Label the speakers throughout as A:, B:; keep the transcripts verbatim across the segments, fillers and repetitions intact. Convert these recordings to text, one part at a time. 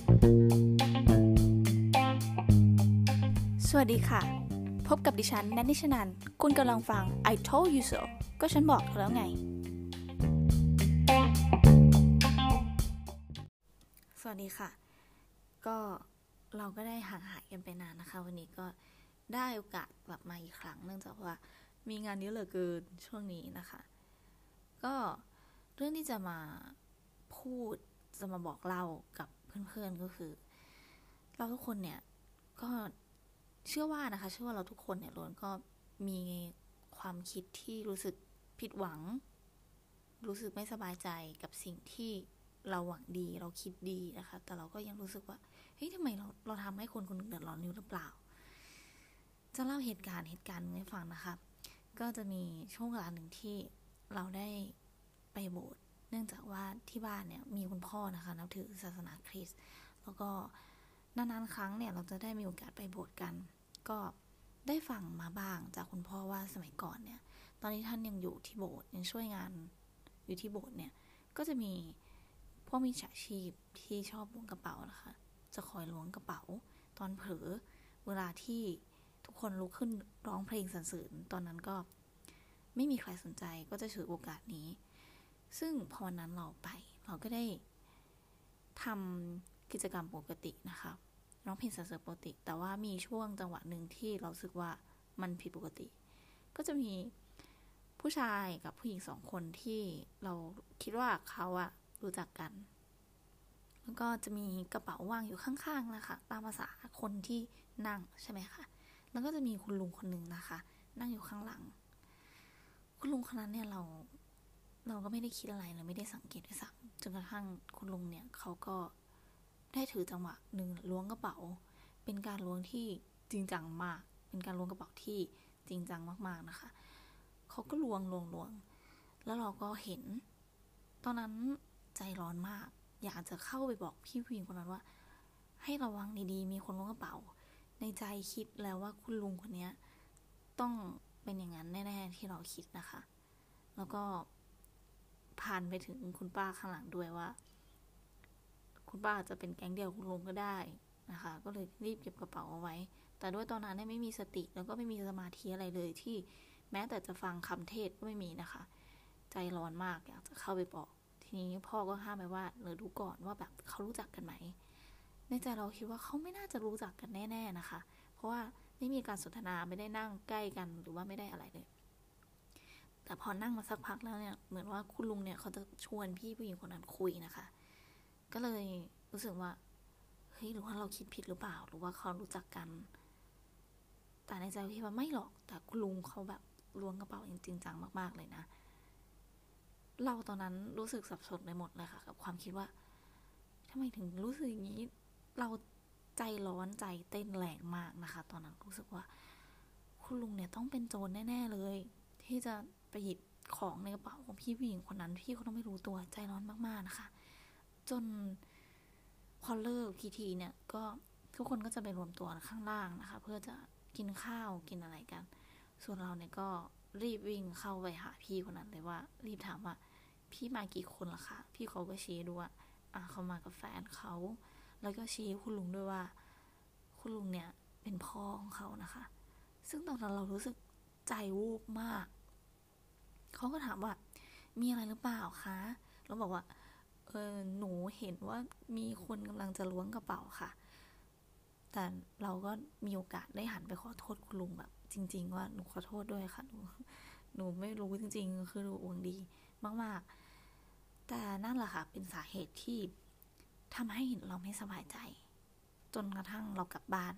A: สวัสดีค่ะพบกับดิฉันแนนนิชนันท์คุณกำลังฟัง I told you so ก็ฉันบอกเธอแล้วไงสวัสดีค่ะก็เราก็ได้ห่างหายกันไปนานนะคะวันนี้ก็ได้โอกาสกลับมาอีกครั้งเนื่องจากว่ามีงานเยอะเหลือเกินช่วงนี้นะคะก็เรื่องที่จะมาพูดจะมาบอกเล่ากับเพื่อนๆก็คือเราทุกคนเนี่ยก็เชื่อว่านะคะเชื่อว่าเราทุกคนเนี่ยล้วนก็มีความคิดที่รู้สึกผิดหวังรู้สึกไม่สบายใจกับสิ่งที่เราหวังดีเราคิดดีนะคะแต่เราก็ยังรู้สึกว่าเฮ้ยทำไมเราเราทำให้คนคนหนึ่งเดือดร้อนอยู่หรือเปล่าจะเล่าเหตุการณ์เหตุการณ์ให้ฟังนะคะก็จะมีช่วงเวลาหนึ่งที่เราได้ไปโบสถ์เนื่องจากว่าที่บ้านเนี่ยมีคุณพ่อนะคะนับถือศาสนาคริสต์แล้วก็นานๆครั้งเนี่ยเราจะได้มีโอกาสไปโบสถ์กันก็ได้ฟังมาบ้างจากคุณพ่อว่าสมัยก่อนเนี่ยตอนนี้ท่านยังอยู่ที่โบสถ์ยังช่วยงานอยู่ที่โบสถ์เนี่ยก็จะมีพวกมิจฉาชีพที่ชอบล้วงกระเป๋านะคะจะคอยล้วงกระเป๋าตอนเผลอเวลาที่ทุกคนลุกขึ้นร้องเพลงสรรเสริญตอนนั้นก็ไม่มีใครสนใจก็จะถือโอกาสนี้ซึ่งพอวันนั้นเราไปเราก็ได้ทำกิจกรรมปกตินะคะร้องเพลงสรรเสริญปกติแต่ว่ามีช่วงจังหวะหนึ่งที่เราสึกว่ามันผิดปกติก็จะมีผู้ชายกับผู้หญิงสองคนที่เราคิดว่าเขาอะรู้จักกันแล้วก็จะมีกระเป๋าวางอยู่ข้างๆนะคะตามภาษาคนที่นั่งใช่ไหมคะแล้วก็จะมีคุณลุงคนหนึ่งนะคะนั่งอยู่ข้างหลังคุณลุงคนนั้นเนี่ยเราเราก็ไม่ได้คิดอะไรเลยไม่ได้สังเกตด้วยซ้ำจนกระทั่งคุณลุงเนี่ยเขาก็ได้ถือจังหวะหนึ่งล้วงกระเป๋าเป็นการล้วงที่จริงจังมากเป็นการล้วงกระเป๋าที่จริงจังมากๆนะคะเขาก็ล้วงล้วงล้วงแล้วเราก็เห็นตอนนั้นใจร้อนมากอยากจะเข้าไปบอกพี่ผู้หญิงคนนั้นว่าให้ระวังดีๆมีคนล้วงกระเป๋าในใจคิดแล้วว่าคุณลุงคนนี้ต้องเป็นอย่างนั้นแน่ๆที่เราคิดนะคะแล้วก็ผ่านไปถึงคุณป้าข้างหลังด้วยว่าคุณป้าจะเป็นแก๊งเดียวคุณลุงก็ได้นะคะก็เลยรีบเก็บกระเป๋าเอาไว้แต่ด้วยตอนนั้นไม่มีสติแล้วก็ไม่มีสมาธิอะไรเลยที่แม้แต่จะฟังคำเทศก็ไม่มีนะคะใจร้อนมากอยากจะเข้าไปบอกทีนี้พ่อก็ห้ามไปว่าเออดูก่อนว่าแบบเขารู้จักกันไหมในใจเราคิดว่าเขาไม่น่าจะรู้จักกันแน่ๆนะคะเพราะว่าไม่มีการสนทนาไม่ได้นั่งใกล้กันหรือว่าไม่ได้อะไรเลยแต่พอนั่งมาสักพักแล้วเนี่ยเหมือนว่าคุณลุงเนี่ยเขาจะชวนพี่ผู้หญิงคนนั้นคุยนะคะก็เลยรู้สึกว่าเฮ้ยหรือว่าเราคิดผิดหรือเปล่าหรือว่าเขารู้จักกันแต่ในใจคิดว่าไม่หรอกแต่คุณลุงเขาแบบล้วงกระเป๋าจริงจังมากๆเลยนะเราตอนนั้นรู้สึกสับสนไปหมดเลยค่ะกับความคิดว่าทำไมถึงรู้สึกอย่างนี้เราใจร้อนใจเต้นแรงมากนะคะตอนนั้นรู้สึกว่าคุณลุงเนี่ยต้องเป็นโจรแน่ๆเลยที่จะไปหยิบของในกระเป๋าของพี่ผู้หญิงคนนั้นพี่เขาต้องไม่รู้ตัวใจร้อนมากๆนะคะจนพอเลิกพิธีเนี่ยก็ทุกคนก็จะไปรวมตัวข้างล่างนะคะเพื่อจะกินข้าวกินอะไรกันส่วนเราเนี่ยก็รีบวิ่งเข้าไปหาพี่คนนั้นเลยว่ารีบถามว่าพี่มากี่คนล่ะคะพี่เขาก็ชี้ดูว่าอ่ะเขามากับแฟนเขาแล้วก็ชี้คุณลุงด้วยว่าคุณลุงเนี่ยเป็นพ่อของเขานะคะซึ่งตอนนั้นเรารู้สึกใจวูบมากเขาก็ถามว่ามีอะไรหรือเปล่าคะเราบอกว่าเออหนูเห็นว่ามีคนกำลังจะล้วงกระเป๋าค่ะแต่เราก็มีโอกาสได้หันไปขอโทษคุณลุงแบบจริงๆว่าหนูขอโทษด้วยค่ะหนูหนูไม่รู้จริงๆคือหนูหวังดีมากๆแต่นั่นแหละค่ะเป็นสาเหตุที่ทำให้เราไม่สบายใจจนกระทั่งเรากลับบ้าน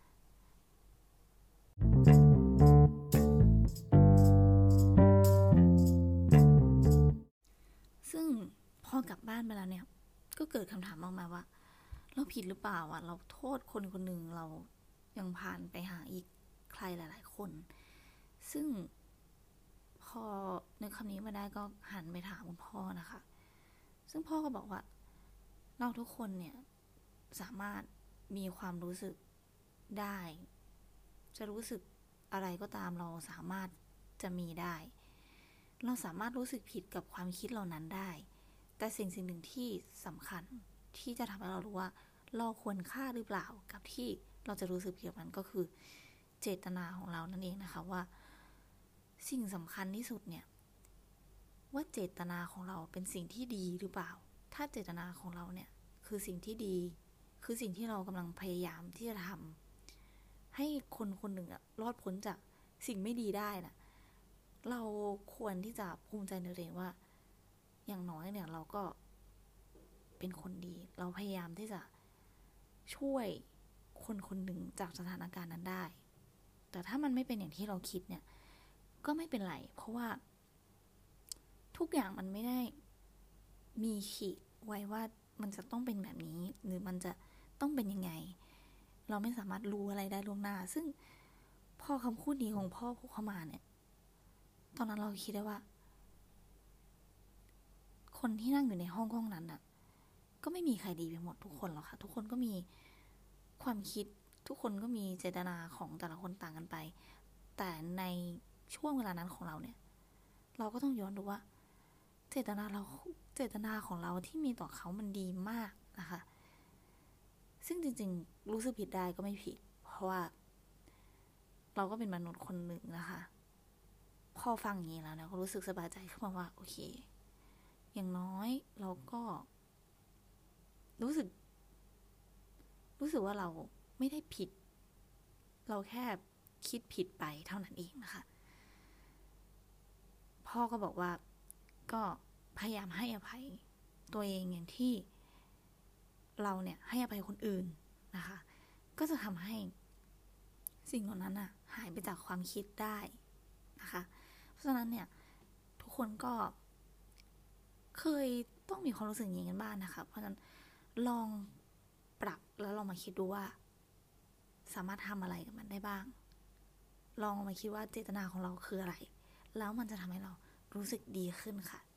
A: ซึ่งพอกลับบ้านไปแล้วเนี่ยก็เกิดคำถามออกมาว่าเราผิดหรือเปล่าอ่ะเราโทษคนคนหนึ่งเรายังผ่านไปหาอีกใครหลายๆคนซึ่งพอนึกคำนี้มาได้ก็หันไปถามคุณพ่อนะคะซึ่งพ่อก็บอกว่าเราทุกคนเนี่ยสามารถมีความรู้สึกได้จะรู้สึกอะไรก็ตามเราสามารถจะมีได้เราสามารถรู้สึกผิดกับความคิดเหล่านั้นได้แต่สิ่งสิ่งหนึ่งที่สำคัญที่จะทำให้เรารู้ว่าเราควรค่าหรือเปล่ากับที่เราจะรู้สึกเกี่ยวกับมันก็คือเจตนาของเรานั่นเองนะคะว่าสิ่งสำคัญที่สุดเนี่ยว่าเจตนาของเราเป็นสิ่งที่ดีหรือเปล่าถ้าเจตนาของเราเนี่ยคือสิ่งที่ดีคือสิ่งที่เรากำลังพยายามที่จะทำให้คนคนหนึ่งอะรอดพ้นจากสิ่งไม่ดีได้นะเราควรที่จะภูมิใจในตัวเองว่าอย่างน้อยเนี่ยเราก็เป็นคนดีเราพยายามที่จะช่วยคนคนหนึ่งจากสถานการณ์นั้นได้แต่ถ้ามันไม่เป็นอย่างที่เราคิดเนี่ยก็ไม่เป็นไรเพราะว่าทุกอย่างมันไม่ได้มีขีดไว้ว่ามันจะต้องเป็นแบบนี้หรือมันจะต้องเป็นยังไงเราไม่สามารถรู้อะไรได้ล่วงหน้าซึ่งพอคำพูดนี้ของพ่อพูดเข้ามาเนี่ยตอนนั้นเราคิดได้ว่าคนที่นั่งอยู่ในห้องห้องนั้นน่ะก็ไม่มีใครดีไปหมดทุกคนหรอกค่ะทุกคนก็มีความคิดทุกคนก็มีเจตนาของแต่ละคนต่างกันไปแต่ในช่วงเวลานั้นของเราเนี่ยเราก็ต้องย้อนดูว่าเจตนาเราเจตนาของเราที่มีต่อเขามันดีมากนะคะซึ่งจริงๆรู้สึกผิดได้ก็ไม่ผิดเพราะว่าเราก็เป็นมนุษย์คนหนึ่งนะคะพอฟังอย่างนี้แล้วเนี่ยก็รู้สึกสบายใจขึ้นมาว่าโอเคอย่างน้อยเราก็รู้สึกรู้สึกว่าเราไม่ได้ผิดเราแค่คิดผิดไปเท่านั้นเองนะคะพ่อก็บอกว่าก็พยายามให้อภัยตัวเองอย่างที่เราเนี่ยให้อภัยคนอื่นนะคะก็จะทำให้สิ่งเหล่านั้นน่ะหายไปจากความคิดได้นะคะเพราะฉะนั้นเนี่ยทุกคนก็เคยต้องมีความรู้สึกอย่างนี้กันบ้าง นะคะเพราะฉะนั้นลองปรับแล้วลองมาคิดดูว่าสามารถทำอะไรกับมันได้บ้างลองมาคิดว่าเจตนาของเราคืออะไรแล้วมันจะทำให้เรารู้สึกดีขึ้นค่ะ